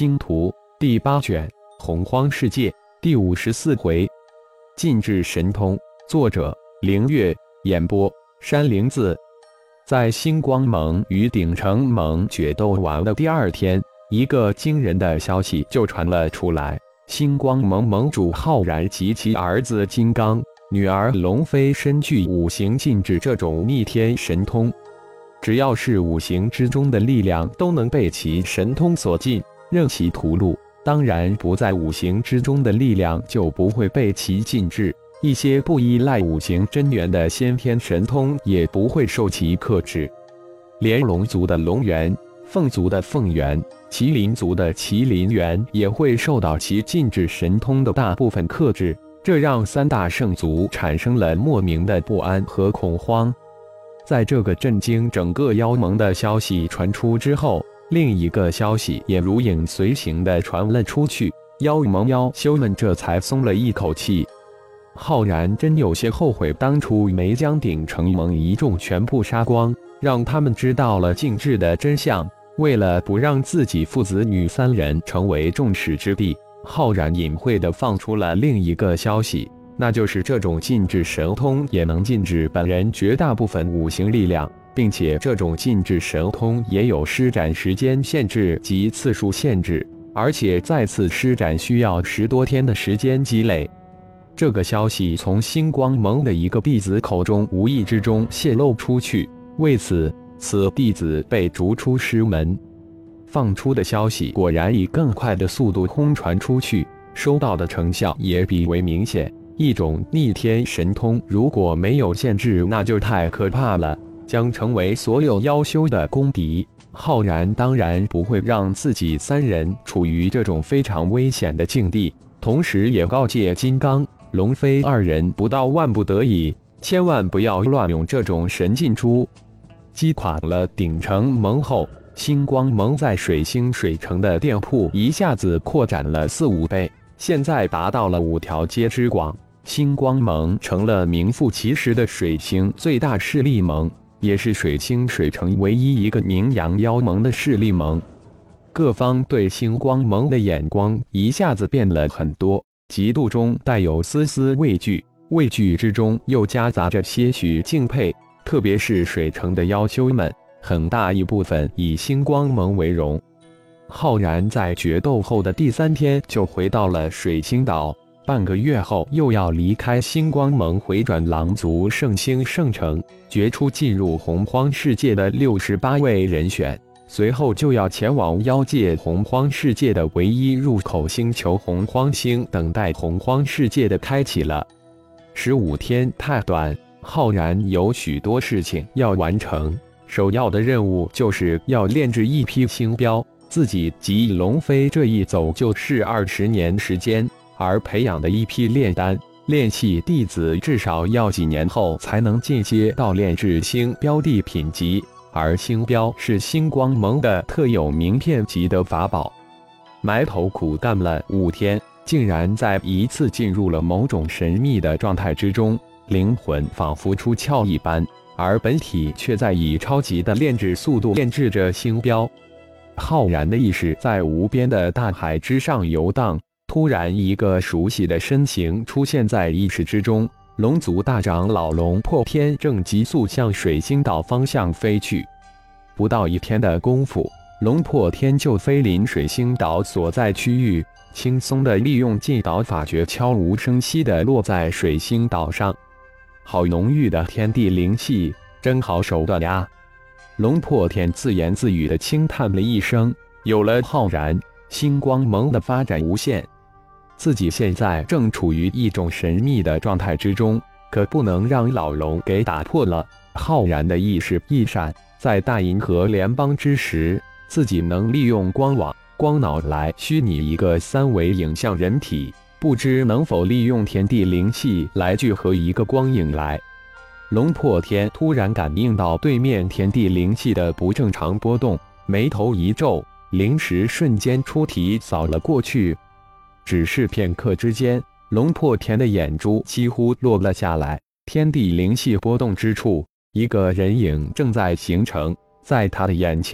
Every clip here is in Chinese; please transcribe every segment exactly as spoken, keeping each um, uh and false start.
星图第八卷洪荒世界第五十四回，禁制神通。作者：凌月，演播：山灵子。在星光盟与鼎城盟决斗完的第二天，一个惊人的消息就传了出来。星光盟盟主浩然及其儿子金刚、女儿龙飞身具五行禁制这种逆天神通，只要是五行之中的力量都能被其神通所禁，任其屠戮。当然，不在五行之中的力量就不会被其禁制，一些不依赖五行真元的先天神通也不会受其克制。连龙族的龙元、凤族的凤元、麒麟族的麒麟元也会受到其禁制神通的大部分克制，这让三大圣族产生了莫名的不安和恐慌。在这个震惊整个妖盟的消息传出之后，另一个消息也如影随形地传了出去，妖盟妖修们这才松了一口气。浩然真有些后悔当初没将鼎城盟一众全部杀光，让他们知道了禁制的真相。为了不让自己父子女三人成为众矢之的，浩然隐晦地放出了另一个消息，那就是这种禁制神通也能禁止本人绝大部分五行力量，并且这种禁制神通也有施展时间限制及次数限制，而且再次施展需要十多天的时间积累。这个消息从星光盟的一个弟子口中无意之中泄露出去，为此，此弟子被逐出师门。放出的消息果然以更快的速度轰传出去，收到的成效也比为明显。一种逆天神通如果没有限制，那就太可怕了，将成为所有妖修的公敌。浩然当然不会让自己三人处于这种非常危险的境地，同时也告诫金刚、龙飞二人不到万不得已，千万不要乱用这种神禁珠。击垮了鼎城盟后，星光盟在水星水城的店铺一下子扩展了四五倍，现在达到了五条街之广。星光盟成了名副其实的水星最大势力盟，也是水星水城唯一一个名扬妖盟的势力盟。各方对星光盟的眼光一下子变了很多，嫉妒中带有丝丝畏惧，畏惧之中又夹杂着些许敬佩。特别是水城的妖修们，很大一部分以星光盟为荣。浩然在决斗后的第三天就回到了水星岛，半个月后又要离开星光盟回转狼族圣星圣城，决出进入洪荒世界的六十八位人选，随后就要前往妖界洪荒世界的唯一入口星球洪荒星，等待洪荒世界的开启了。十五天太短，浩然有许多事情要完成，首要的任务就是要炼制一批星标，自己及龙飞这一走就是二十年时间，而培养的一批炼丹、炼器弟子至少要几年后才能进阶到炼制星标的品级，而星标是星光盟的特有名片级的法宝。埋头苦干了五天，竟然在一次进入了某种神秘的状态之中，灵魂仿佛出窍一般，而本体却在以超级的炼制速度炼制着星标。浩然的意识在无边的大海之上游荡，突然一个熟悉的身形出现在意识之中。龙族大长老龙破天正急速向水星岛方向飞去。不到一天的功夫，龙破天就飞临水星岛所在区域，轻松地利用进岛法诀，悄无声息地落在水星岛上。好浓郁的天地灵气，真好手段呀！龙破天自言自语地轻叹了一声。有了浩然，星光盟的发展无限。自己现在正处于一种神秘的状态之中，可不能让老龙给打破了。浩然的意识一闪，在大银河联邦之时，自己能利用光网、光脑来虚拟一个三维影像人体，不知能否利用天地灵气来聚合一个光影来。龙破天突然感应到对面天地灵气的不正常波动，眉头一皱，灵石瞬间出体扫了过去。只是片刻之间，龙破天的眼珠几乎落了下来，天地灵气波动之处，一个人影正在形成，在他的眼前，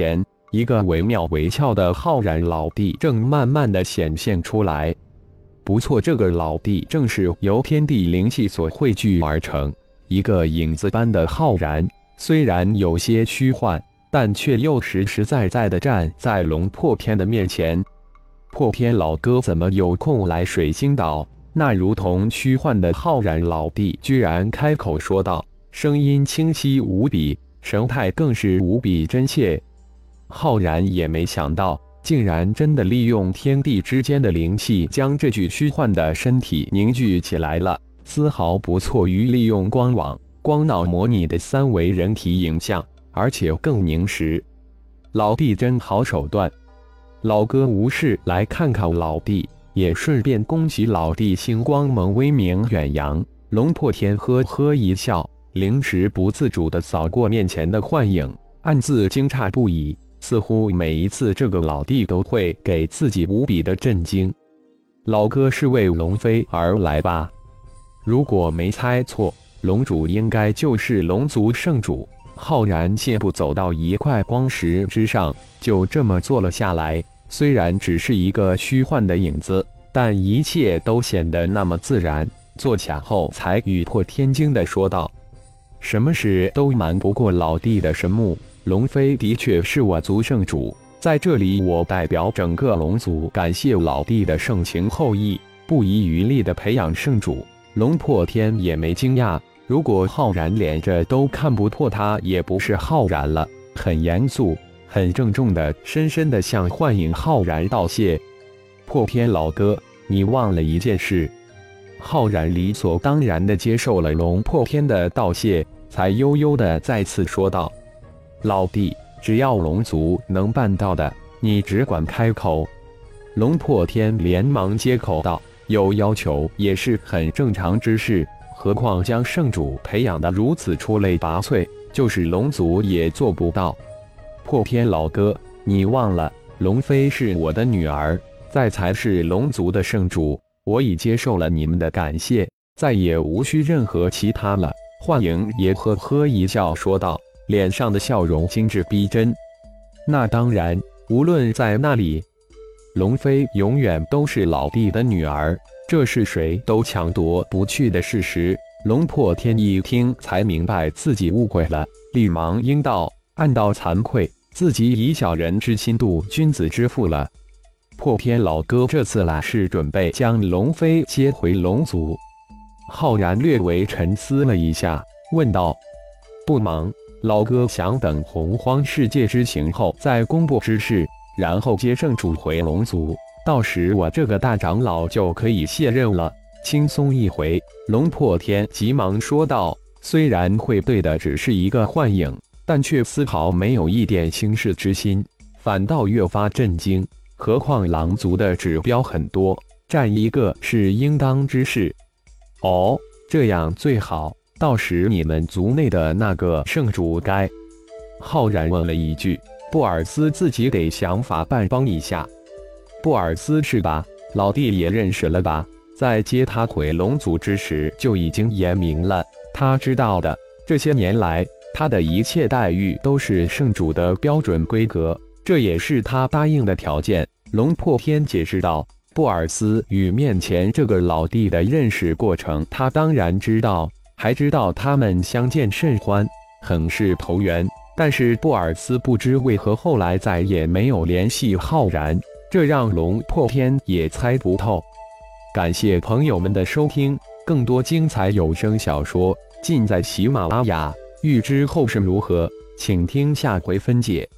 一个惟妙惟肖的浩然老地正慢慢的显现出来。不错，这个老地正是由天地灵气所汇聚而成，一个影子般的浩然，虽然有些虚幻，但却又实实在在的站在龙破天的面前。破天老哥怎么有空来水晶岛？那如同虚幻的浩然老弟居然开口说道，声音清晰无比，神态更是无比真切。浩然也没想到，竟然真的利用天地之间的灵气，将这具虚幻的身体凝聚起来了，丝毫不错于利用光网、光脑模拟的三维人体影像，而且更凝实。老弟真好手段。老哥无事来看看老弟，也顺便恭喜老弟星光盟威名远扬。龙破天呵呵一笑，灵石不自主地扫过面前的幻影，暗自惊诧不已，似乎每一次这个老弟都会给自己无比的震惊。老哥是为龙飞而来吧？如果没猜错，龙主应该就是龙族圣主。浩然信步走到一块光石之上，就这么坐了下来。虽然只是一个虚幻的影子，但一切都显得那么自然。坐下后才语破天惊地说道：“什么事都瞒不过老弟的神目。龙飞的确是我族圣主，在这里我代表整个龙族感谢老弟的盛情厚谊，不遗余力地培养圣主。”龙破天也没惊讶。如果浩然连这都看不破，他也不是浩然了。很严肃、很郑重的、深深的向幻影浩然道谢。破天老哥，你忘了一件事。浩然理所当然的接受了龙破天的道谢，才悠悠的再次说道：“老弟，只要龙族能办到的，你只管开口。”龙破天连忙接口道：“有要求也是很正常之事。何况将圣主培养得如此出类拔萃，就是龙族也做不到。”破天老哥，你忘了，龙飞是我的女儿，在才是龙族的圣主。我已接受了你们的感谢，再也无需任何其他了。幻影也呵呵一笑说道，脸上的笑容精致逼真。那当然，无论在那里，龙飞永远都是老弟的女儿。这是谁都抢夺不去的事实。龙破天一听才明白自己误会了，立忙应道，暗道惭愧，自己以小人之心度君子之腹了。破天老哥这次来是准备将龙飞接回龙族。浩然略微沉思了一下，问道：“不忙，老哥想等洪荒世界之行后再公布之事，然后接圣主回龙族。到时我这个大长老就可以卸任了，轻松一回。”龙破天急忙说道，虽然会对的只是一个幻影，但却丝毫没有一点轻视之心，反倒越发震惊。何况狼族的指标很多，占一个是应当之事。哦，这样最好，到时你们族内的那个圣主该……浩然问了一句，布尔斯自己得想法办帮一下。布尔斯是吧？老弟也认识了吧？在接他回龙族之时就已经言明了，他知道的。这些年来，他的一切待遇都是圣主的标准规格，这也是他答应的条件。龙破天解释道：“布尔斯与面前这个老弟的认识过程，他当然知道，还知道他们相见甚欢，很是投缘。但是布尔斯不知为何后来再也没有联系浩然。”这让龙破天也猜不透。感谢朋友们的收听，更多精彩有声小说尽在喜马拉雅。欲知后事如何，请听下回分解。